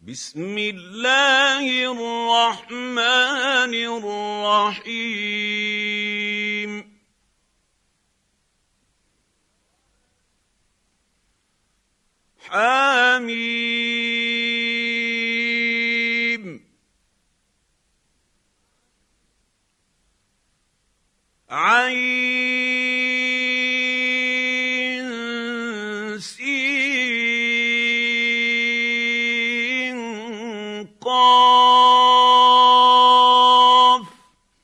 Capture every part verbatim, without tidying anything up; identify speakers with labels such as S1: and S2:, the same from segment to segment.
S1: بسم الله الرحمن الرحيم حميم عين سين قاف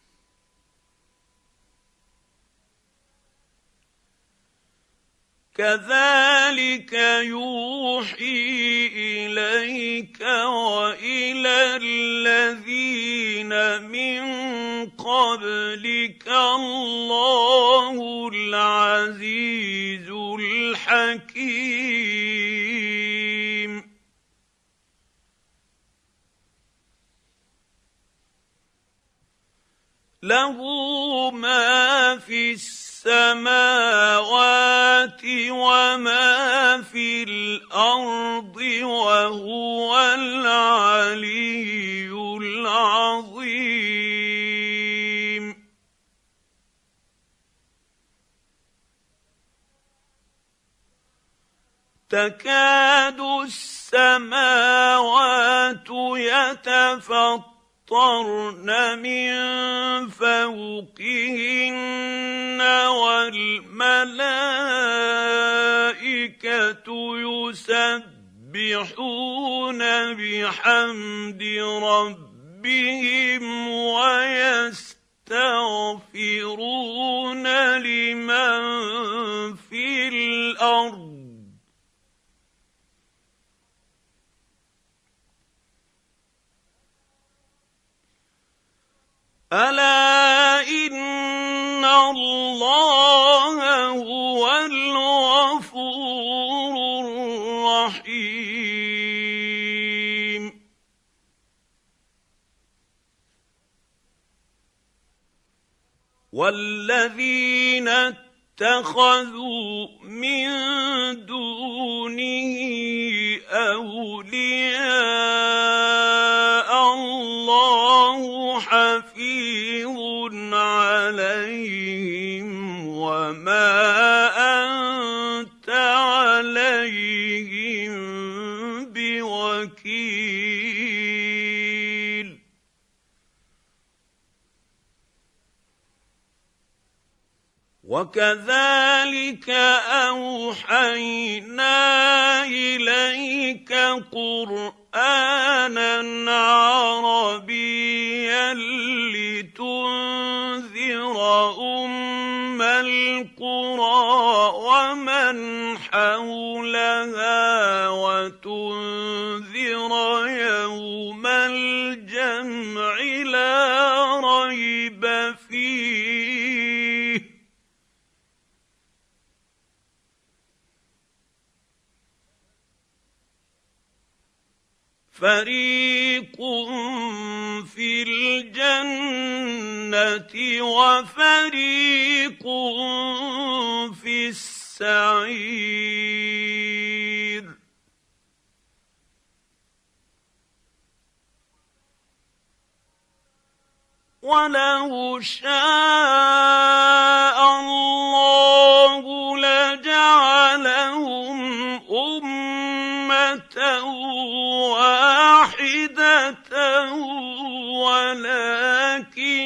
S1: كذلك يوحي إليك وإلى الذين من قبلك الله العزيز الحكيم له ما في السماوات وما في الأرض وهو العلي العظيم تكاد السماوات يتفطرن من فوقهن والملائكة يسبحون بحمد ربهم ويستغفرون لمن في الأرض ألا إن الله هو الغفور الرحيم والذين اتخذوا من دونه أولياء الله حفيظ عليهم وما أنت عليهم بوكيل وكذلك أوحينا إليك قرآنا عربيا لتنذر أم القرى ومن حولها وتنذر يوم الجمع لا ريب فيه فريق في الجنة وفريق في السعير ولو شاء الله لجعلهم أمة واحدة ولكن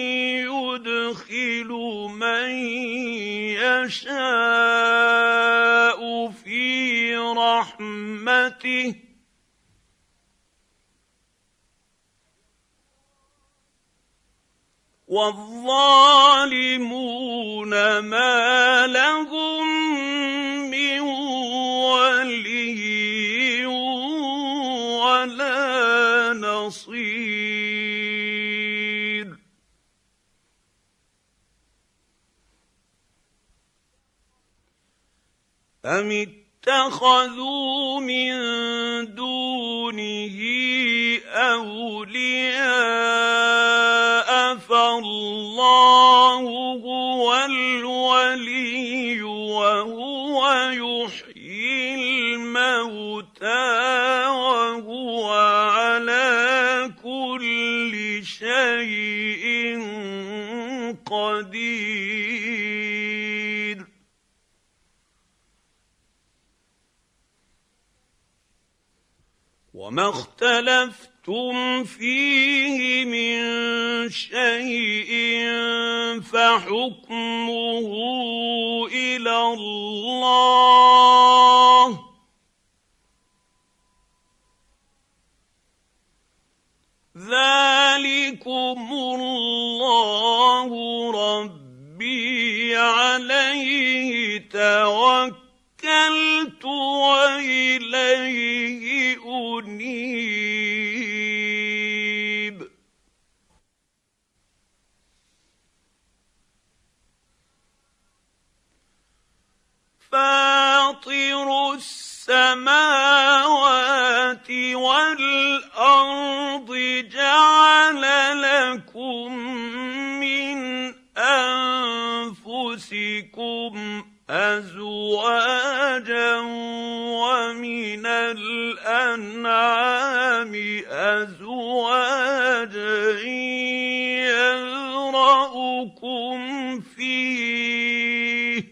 S1: يدخل من يشاء في رحمته والظالمون ما لهم من ولي ولا نصير أم اتخذوا من دونه أولياء فالله هو الولي وهو يحيي الموتى وهو وما اختلفتم فيه من شيء فحكمه إلى الله ذلكم الله ربي عليه توكلت وإليه أنيب فاطر السماوات والأرض جعل لكم من أنفسكم أزواجا ومن الأنعام أزواجا يذرأكم فيه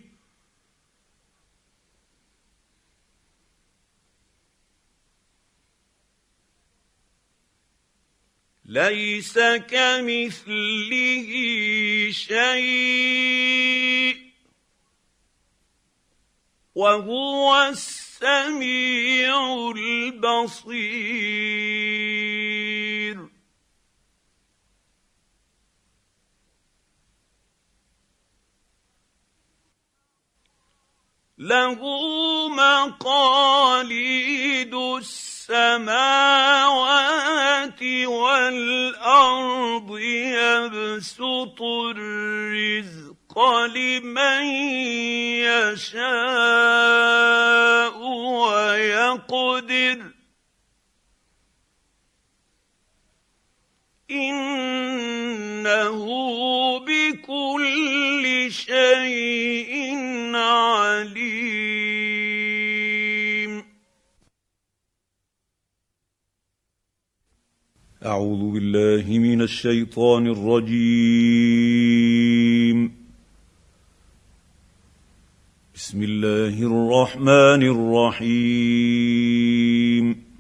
S1: ليس كمثله شيء وهو السميع البصير له مقاليد السماوات والأرض يبسط الرزق لمن يشاء ويقدر إنه بكل شيء عليم.
S2: أعوذ بالله من الشيطان الرجيم. بسم الله الرحمن الرحيم.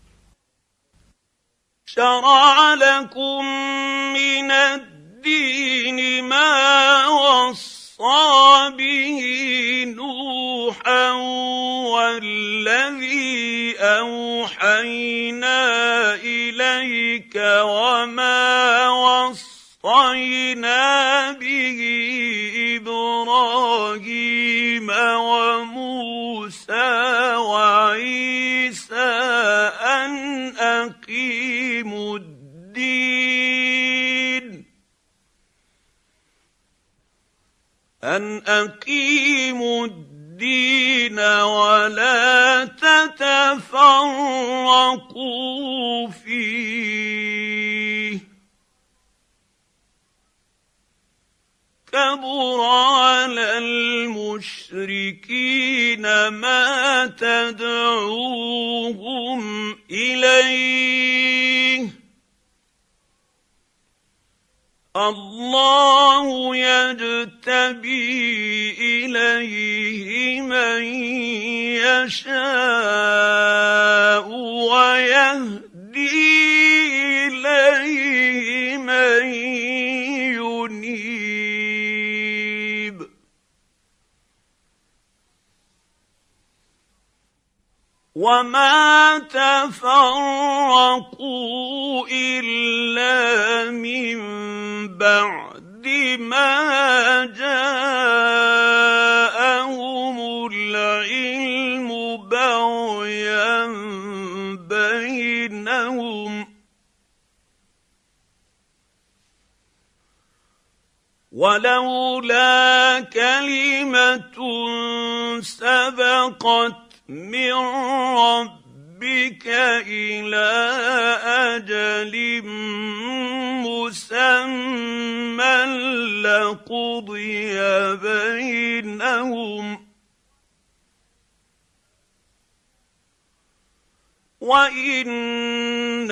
S1: شرع لكم من الدين ما وصى به نوحا والذي أوحينا إليك وما وصينا به إبراهيم وموسى وعيسى أن أقيموا الدين أن أقيموا الدين ولا تتفرقوا فيه كبر على المشركين ما تدعوهم إليه الله يجتبي إليه من يشاء ويهدي إليه من ينيب وما تفرقوا إلا من بعد ما جاءهم العلم بغيا بينهم ولولا كلمة سبقت من ربك إلى أجل مسمى لقضي بينهم وإن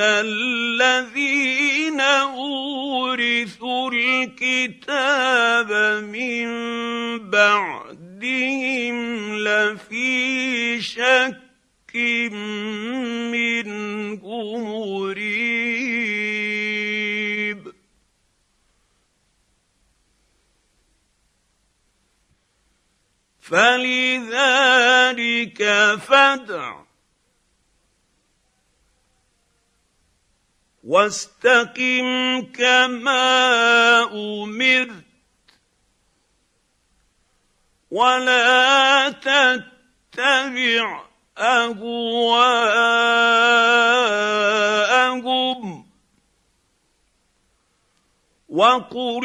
S1: الذين أورثوا الكتاب من بعدهم لفي شك منه مريب فلذلك فادع واستقم كما أمرت ولا تتبع أهواءهم وقل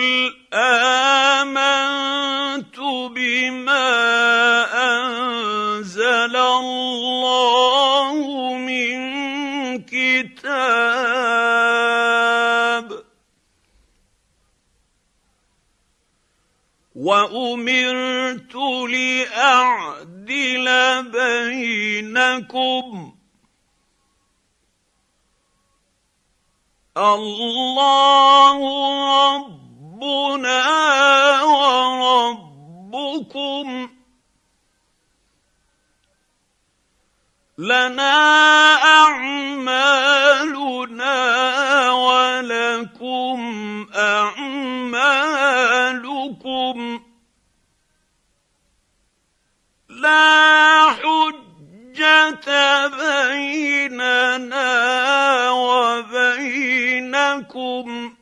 S1: آمنت بما أنزل الله من كتاب وأمرت لأعدل بينكم الله ربنا وربكم لنا أعمالنا ولكم أعمالكم لا حجة بيننا وبينكم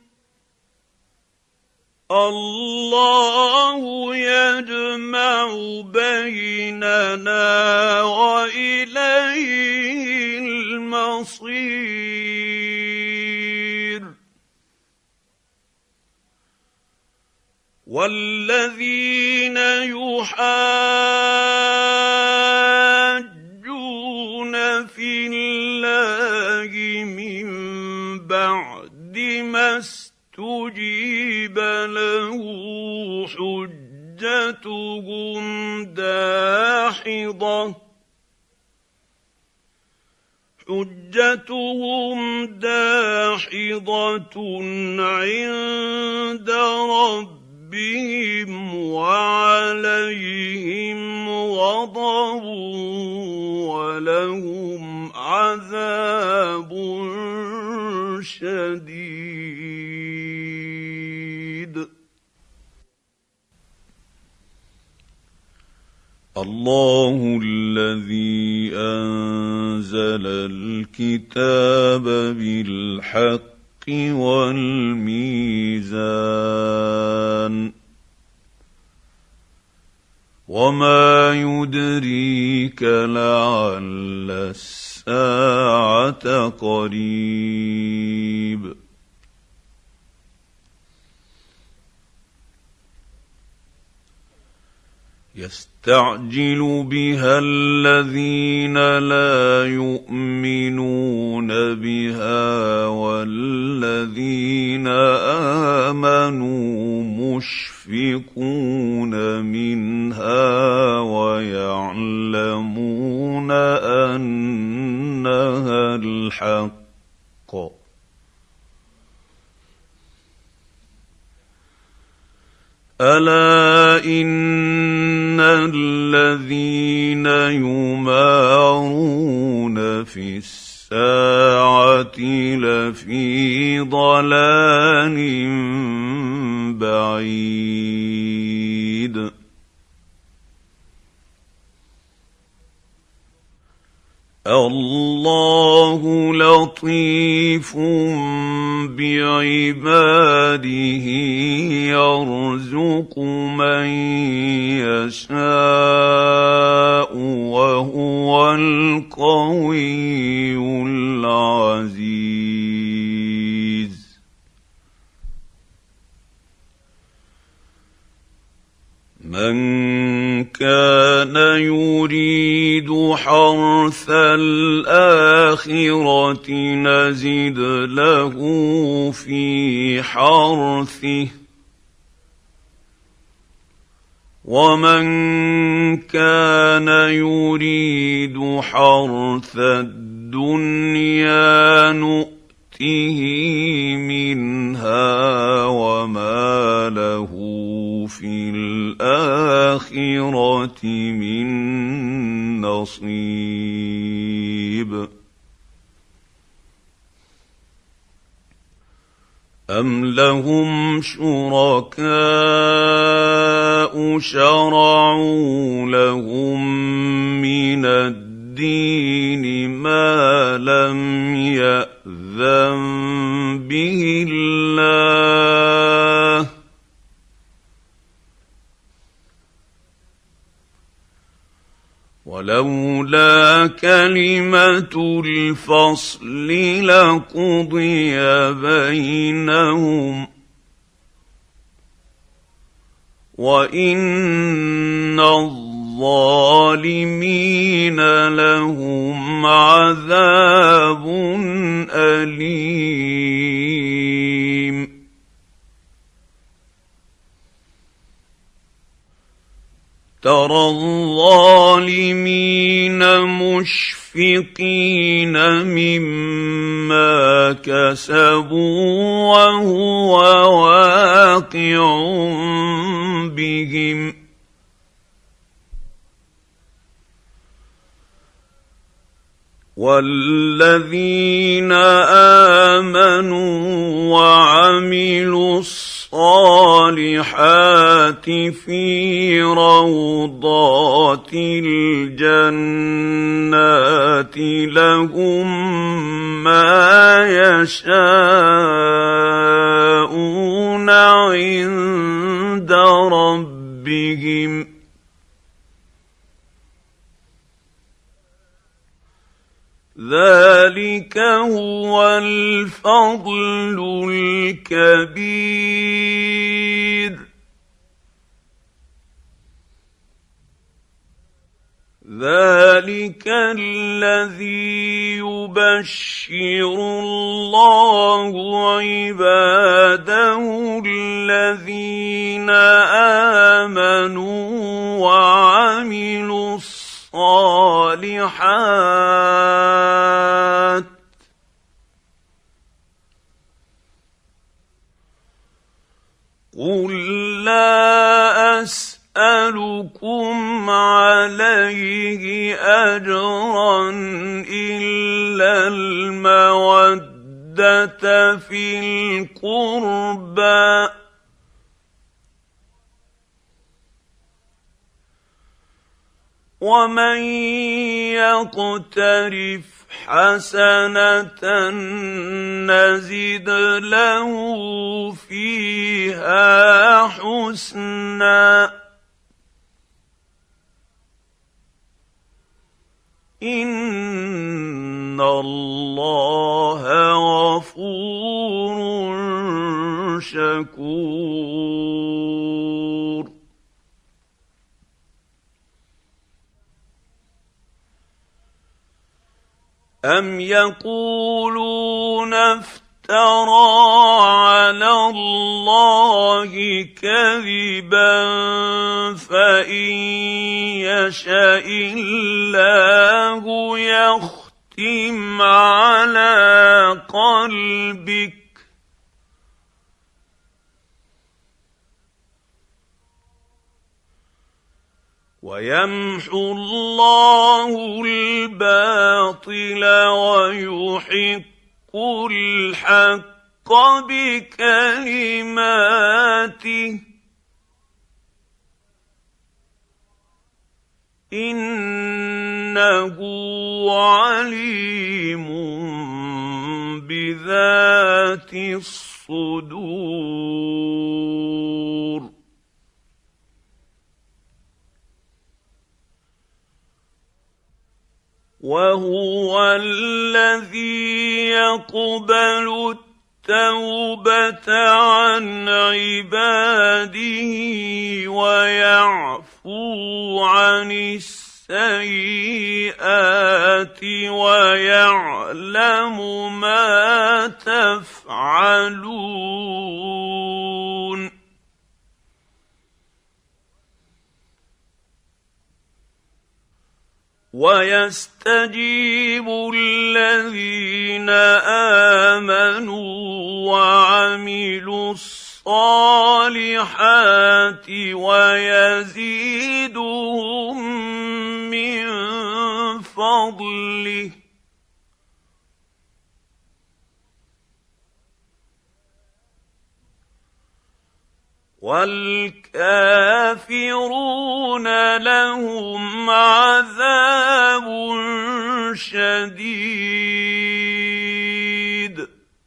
S1: الله يجمع بيننا وإليه المصير والذين يحاجون في الله من بعد ما استجيب له حجتهم داحضة حجتهم داحضة عند ربهم وعليهم غضب ولهم عذاب شديد.
S2: الله الذي أنزل الكتاب بالحق والميزان وما يدريك لعل الساعة قريب يستعجل بها الذين لا يؤمنون بها والذين آمنوا مشفقون منها ويعلمون أنها الحق ألا إن الذين يمارون في الساعة لفي ضلال بعيد الله لطيف بعباده يرزق من يشاء وهو القوي العزيز من كان يريد حرث الآخرة نزد له في حرثه ومن كان يريد حرث الدنيا نؤته منها وما له في الآخرة من نصيب قريب أم لهم شركاء شرعوا لهم من الدين ما لم يأذن به الله ولولا كلمة الفصل لقضي بينهم وإن الظالمين لهم عذاب أليم ترى الظالمين مشفقين مما كسبوا وهو واقع بهم والذين آمنوا وعملوا الصالحات في روضات الجنات لهم ما يشاءون عند ربهم ذلك هو الفضل الكبير ذلك الذي يبشر الله عباده الذين آمنوا وعملوا الصالحات قل لا أسألكم عليه أجرا إلا المودة في القربى ومن يقترف حسنة نزد له فيها حسنا إن الله غفور شكور أم يقولون افترى على الله كذبا فإن يشاء الله يختم على قلبك ويمحو الله الباطل ويحق الحق بكلماته إنه عليم بذات الصدور وهو الذي يقبل التوبة عن عباده ويعفو عن السيئات ويعلم ما تفعلون ويستجيب الذين آمنوا وعملوا الصالحات ويزيدهم من فضله وَالْكَافِرُونَ لَهُمْ عَذَابٌ شَدِيدٌ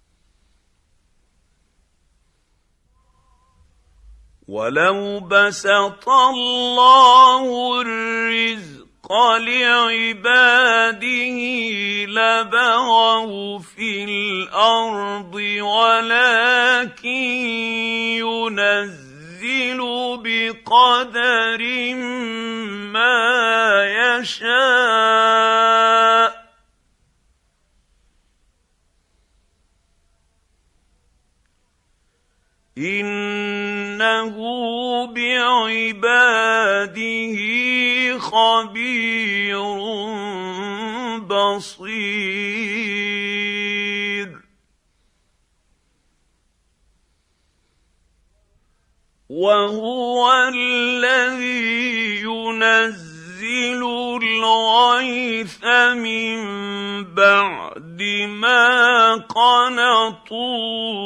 S2: وَلَوْ بَسَطَ اللَّهُ الرِّزْقَ لِعِبَادِهِ لَبَغَوْا فِي الْأَرْضِ وَلَٰكِن يُنَزِّلُ بِقَدَرٍ مَّا يَشَاءُ ۚ إِنَّهُ بِعِبَادِهِ خَبِيرٌ بَصِيرٌ وَهُوَ الَّذِي يُنَزِّلُ الْغَيْثَ مِن بَعْدِ مَا قَنَطُوا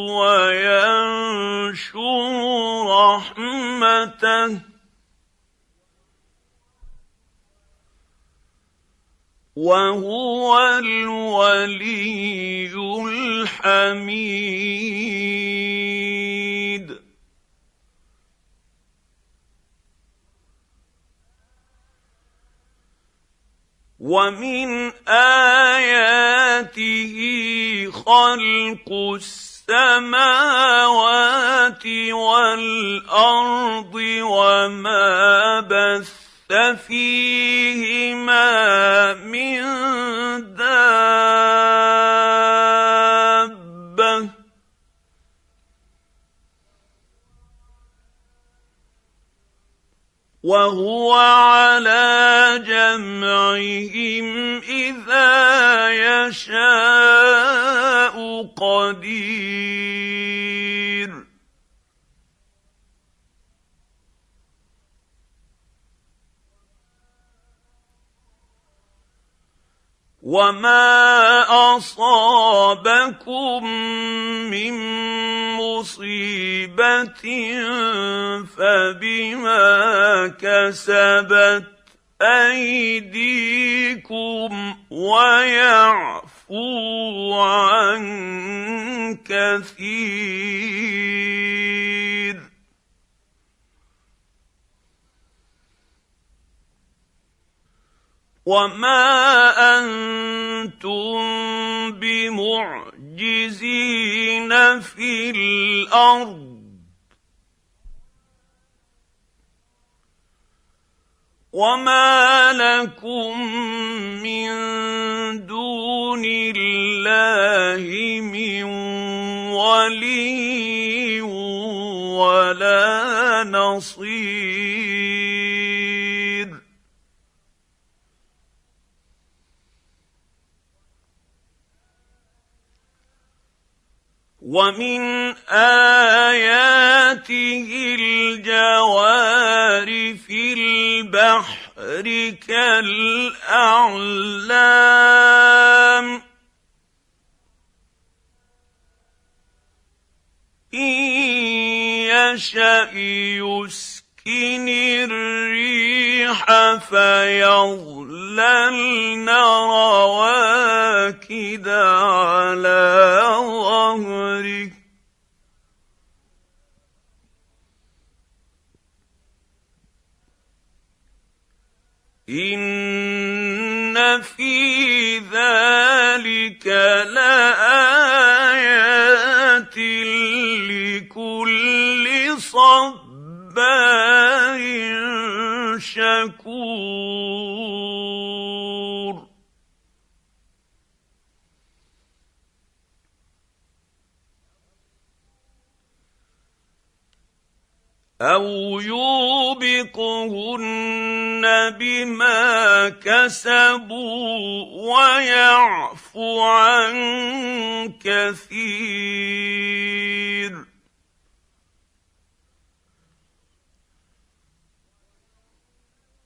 S2: وَيَنشُرُ رَحْمَتَهُ وَهُوَ الْوَلِيُّ الْحَمِيدُ وَمِنْ آيَاتِهِ خَلْقُ السَّمَاوَاتِ وَالْأَرْضِ وَمَا بَثَّ فِيهِمَا مِن دَابَّةٍ وَهُوَ عَلَىٰ جَمْعِهِمْ إِذَا يَشَاءُ قَدِيرٌ وَمَا أَصَابَكُم مِّن مُّصِيبَةٍ فَبِمَا كَسَبَتْ أَيْدِيكُمْ وَيَعْفُو عَن كَثِيرٍ وَمَا أَنتُم بِمُعْجِزِينَ فِي الْأَرْضِ وَمَا لَكُم مِّن دُونِ اللَّهِ مِن وَلِيٍّ وَلَا نَصِيرٍ وَمِنْ آيَاتِهِ الْجَوَارِ فِي الْبَحْرِ كَالْأَعْلَامِ إِن يَشَأْ يُسْكِنِ الرِّيحَ فَيَظْلَلْنَ رَوَاكِدَ عَلَىٰ ظَهْرِهِ إِنَّ فِي ذَٰلِكَ لَآيَاتٍ لِّكُلِّ صَبَّارٍ شَكُورٍ أَوْ يُوبِقْهُنَّ بِمَا كَسَبُوا وَيَعْفُ عَن كَثِيرٍ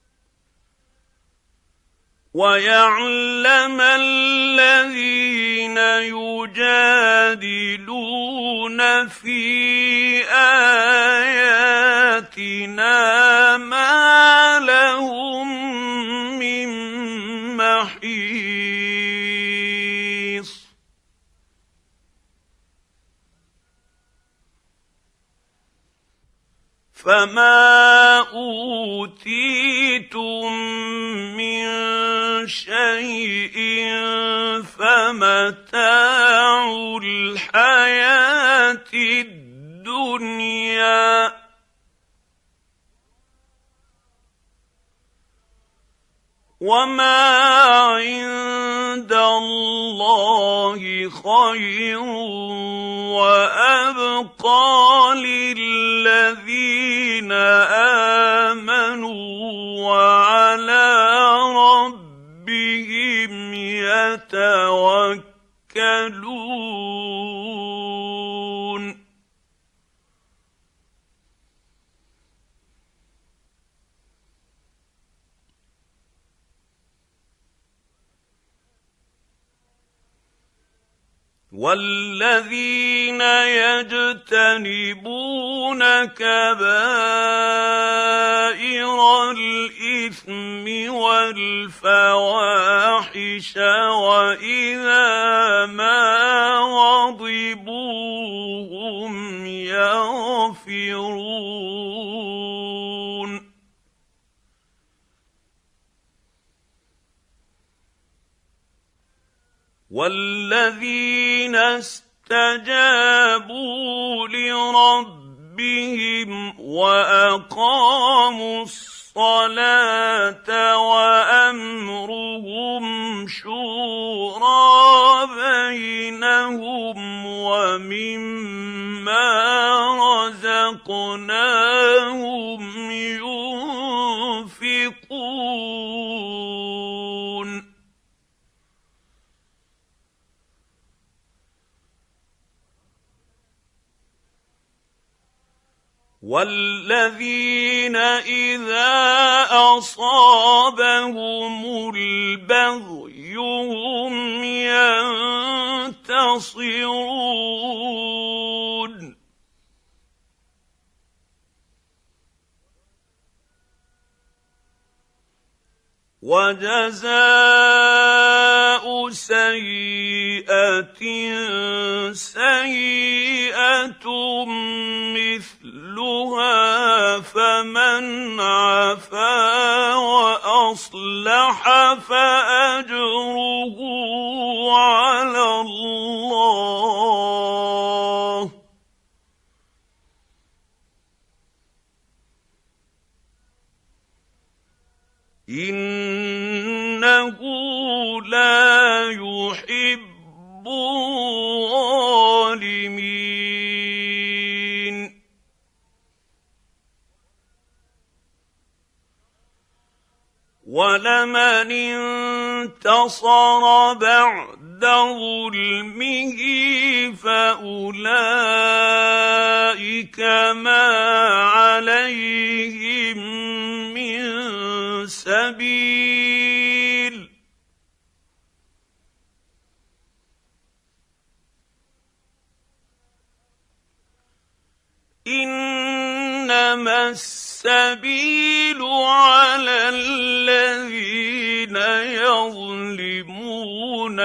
S2: وَيَعْلَمَ الَّذِينَ الذين يجادلون في آياتنا ما لهم من محيص فما أوتيتم من شيء فمتاع الحياة الدنيا وما عند الله خير وأبقى للذين آمنوا وعلى ربهم يتوكلون والذين يجتنبون كبائر الإثم والفواحش وإذا ما غضبوا هم يغفرون والذين استجابوا لربهم وأقاموا الصلاة وأمرهم شورى بينهم ومما رزقناهم ينفقون والذين إذا أصابهم البغي هم ينتصرون وجزاء سيئة سيئة مثلها فمن عفا وأصلح فأجره على الله إنه لا يحب الظالمين ولمن انتصر بعد ظلمه فأولئك ما عليهم من سبيل إنما السبيل على الذين يظلمون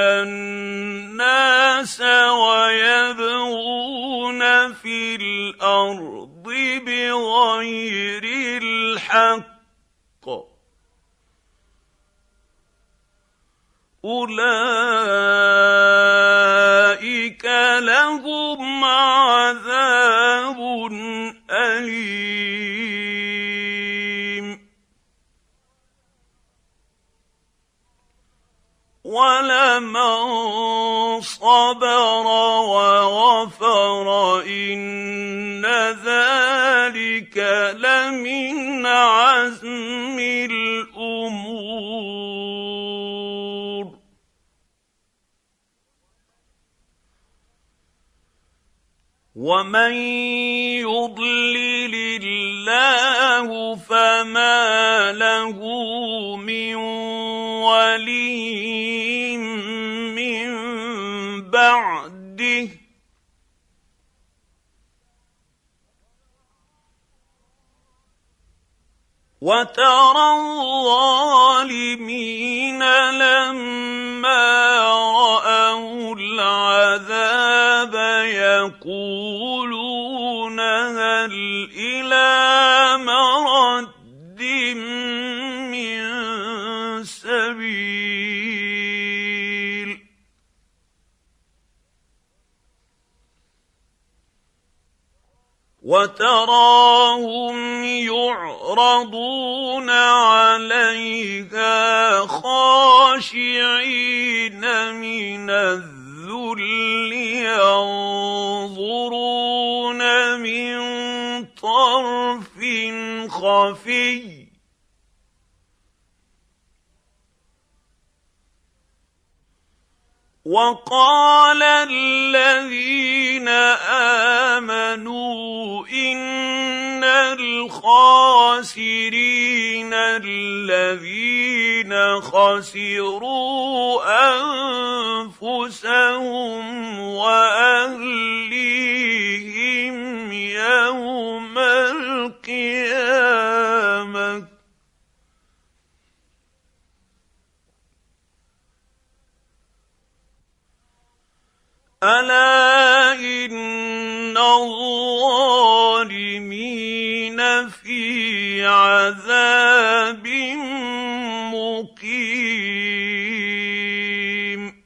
S2: الناس ويبغون في الأرض بغير الحق أولئك لهم عذاب أليم ولمن صبر وغفر إن ذلك لمن عزم الأمور ومن يضلل الله فما له من ولي من وترى الظالمين لما رأوا العذاب يقولون هل إلى مرد من سبيل وتراهم يعرضون عليها خاشعين من الذل ينظرون من طرف خفي وقال الذين آمنوا إن الخاسرين الذين خسروا أنفسهم وأهليهم يوم القيامة ألا إن الظالمين في عذاب مقيم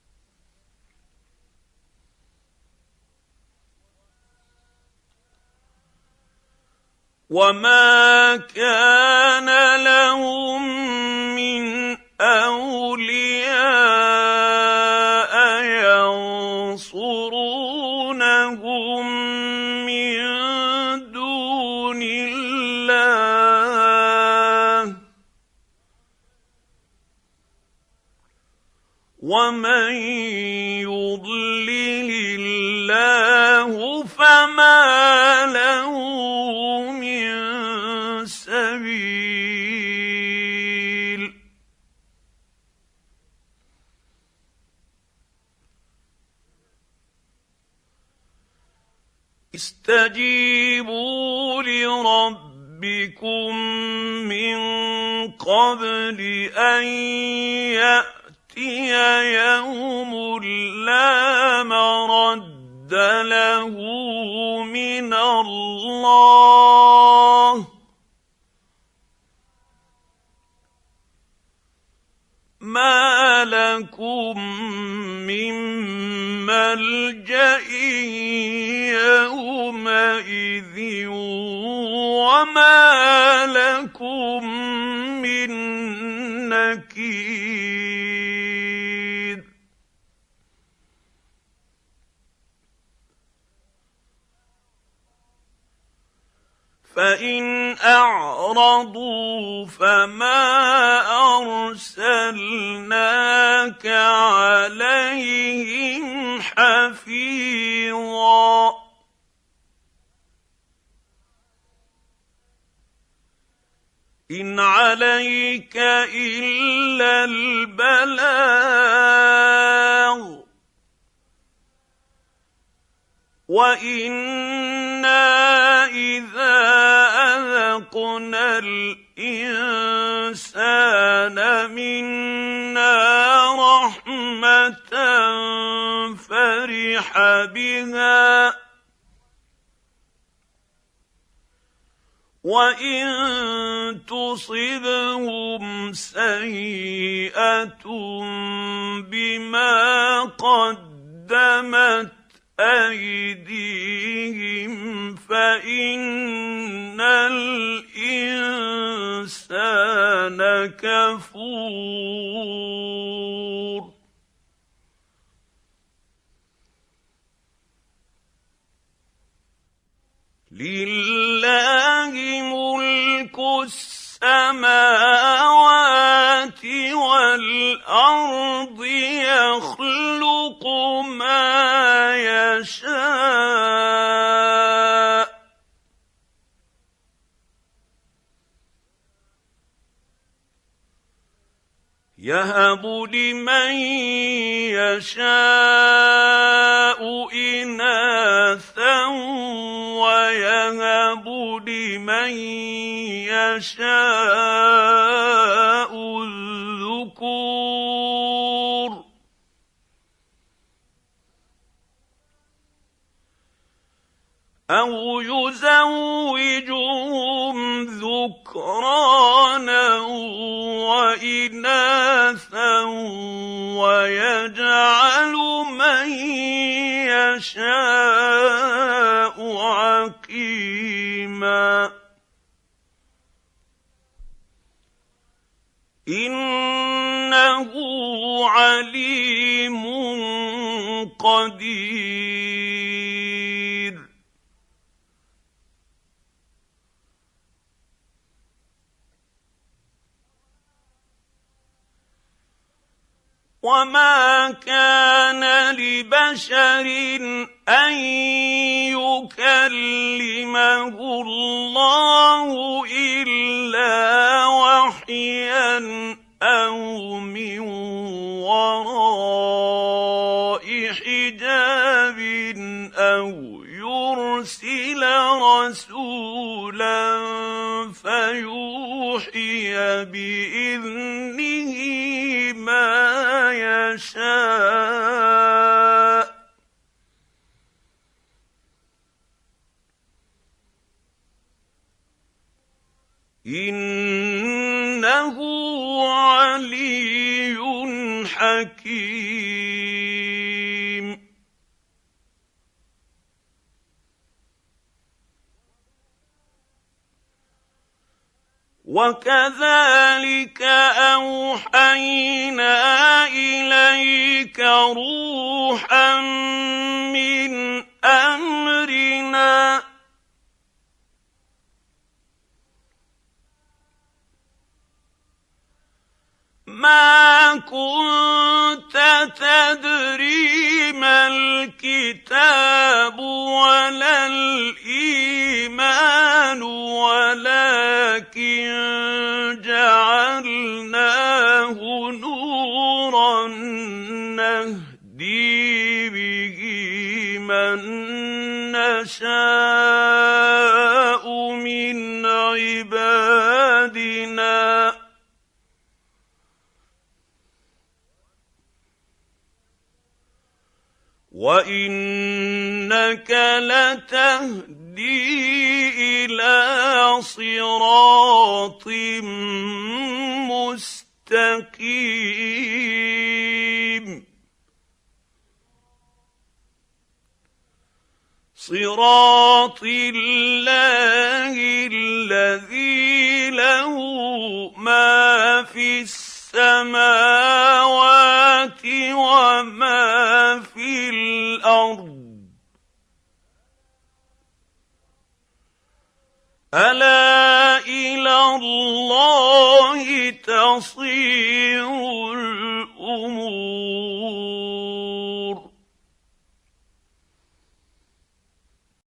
S2: وما كان لهم من أولياء ينصرونهم من دون الله ومن يضلل الله فما له من سبيل استجيبوا لربكم من قبل أن يأتي يوم لا مرد له من الله ما لكم من ملجأ يومئذ وما لكم من نكير فإن أعرضوا فما أرسلناك عليهم حفيظا إن عليك إلا البلاغ وإنا إذا أذقنا الإنسان منا رحمة فرح بها وإن تصبهم سيئة بما قدمت أيديهم فإن الإنسان كفور لله ملك السماوات والأرض يخلق ما يشاء يهب لمن يشاء إناثا ويهب لمن يشاء الذكور أو يزوجهم ذكرانا وإناثا ويجعل من يشاء عقيما إنه عليم قدير وما كان لبشر أن يكلمه الله إلا وحيا أو من وراء حجاب أو يرسل رسولا فيوحي بإذنه ما يشاء إنه علي حكيم وكذلك أوحينا إليك روحا من أمرنا ما كنت تدري ما الكتاب ولا الإيمان ولكن جعلناه نورا نهدي به من نشاء من عبادنا وإنك لتهدي إلى صراط مستقيم صراط الله الذي له ما في السماوات وما في الأرض ألا إلى الله تصير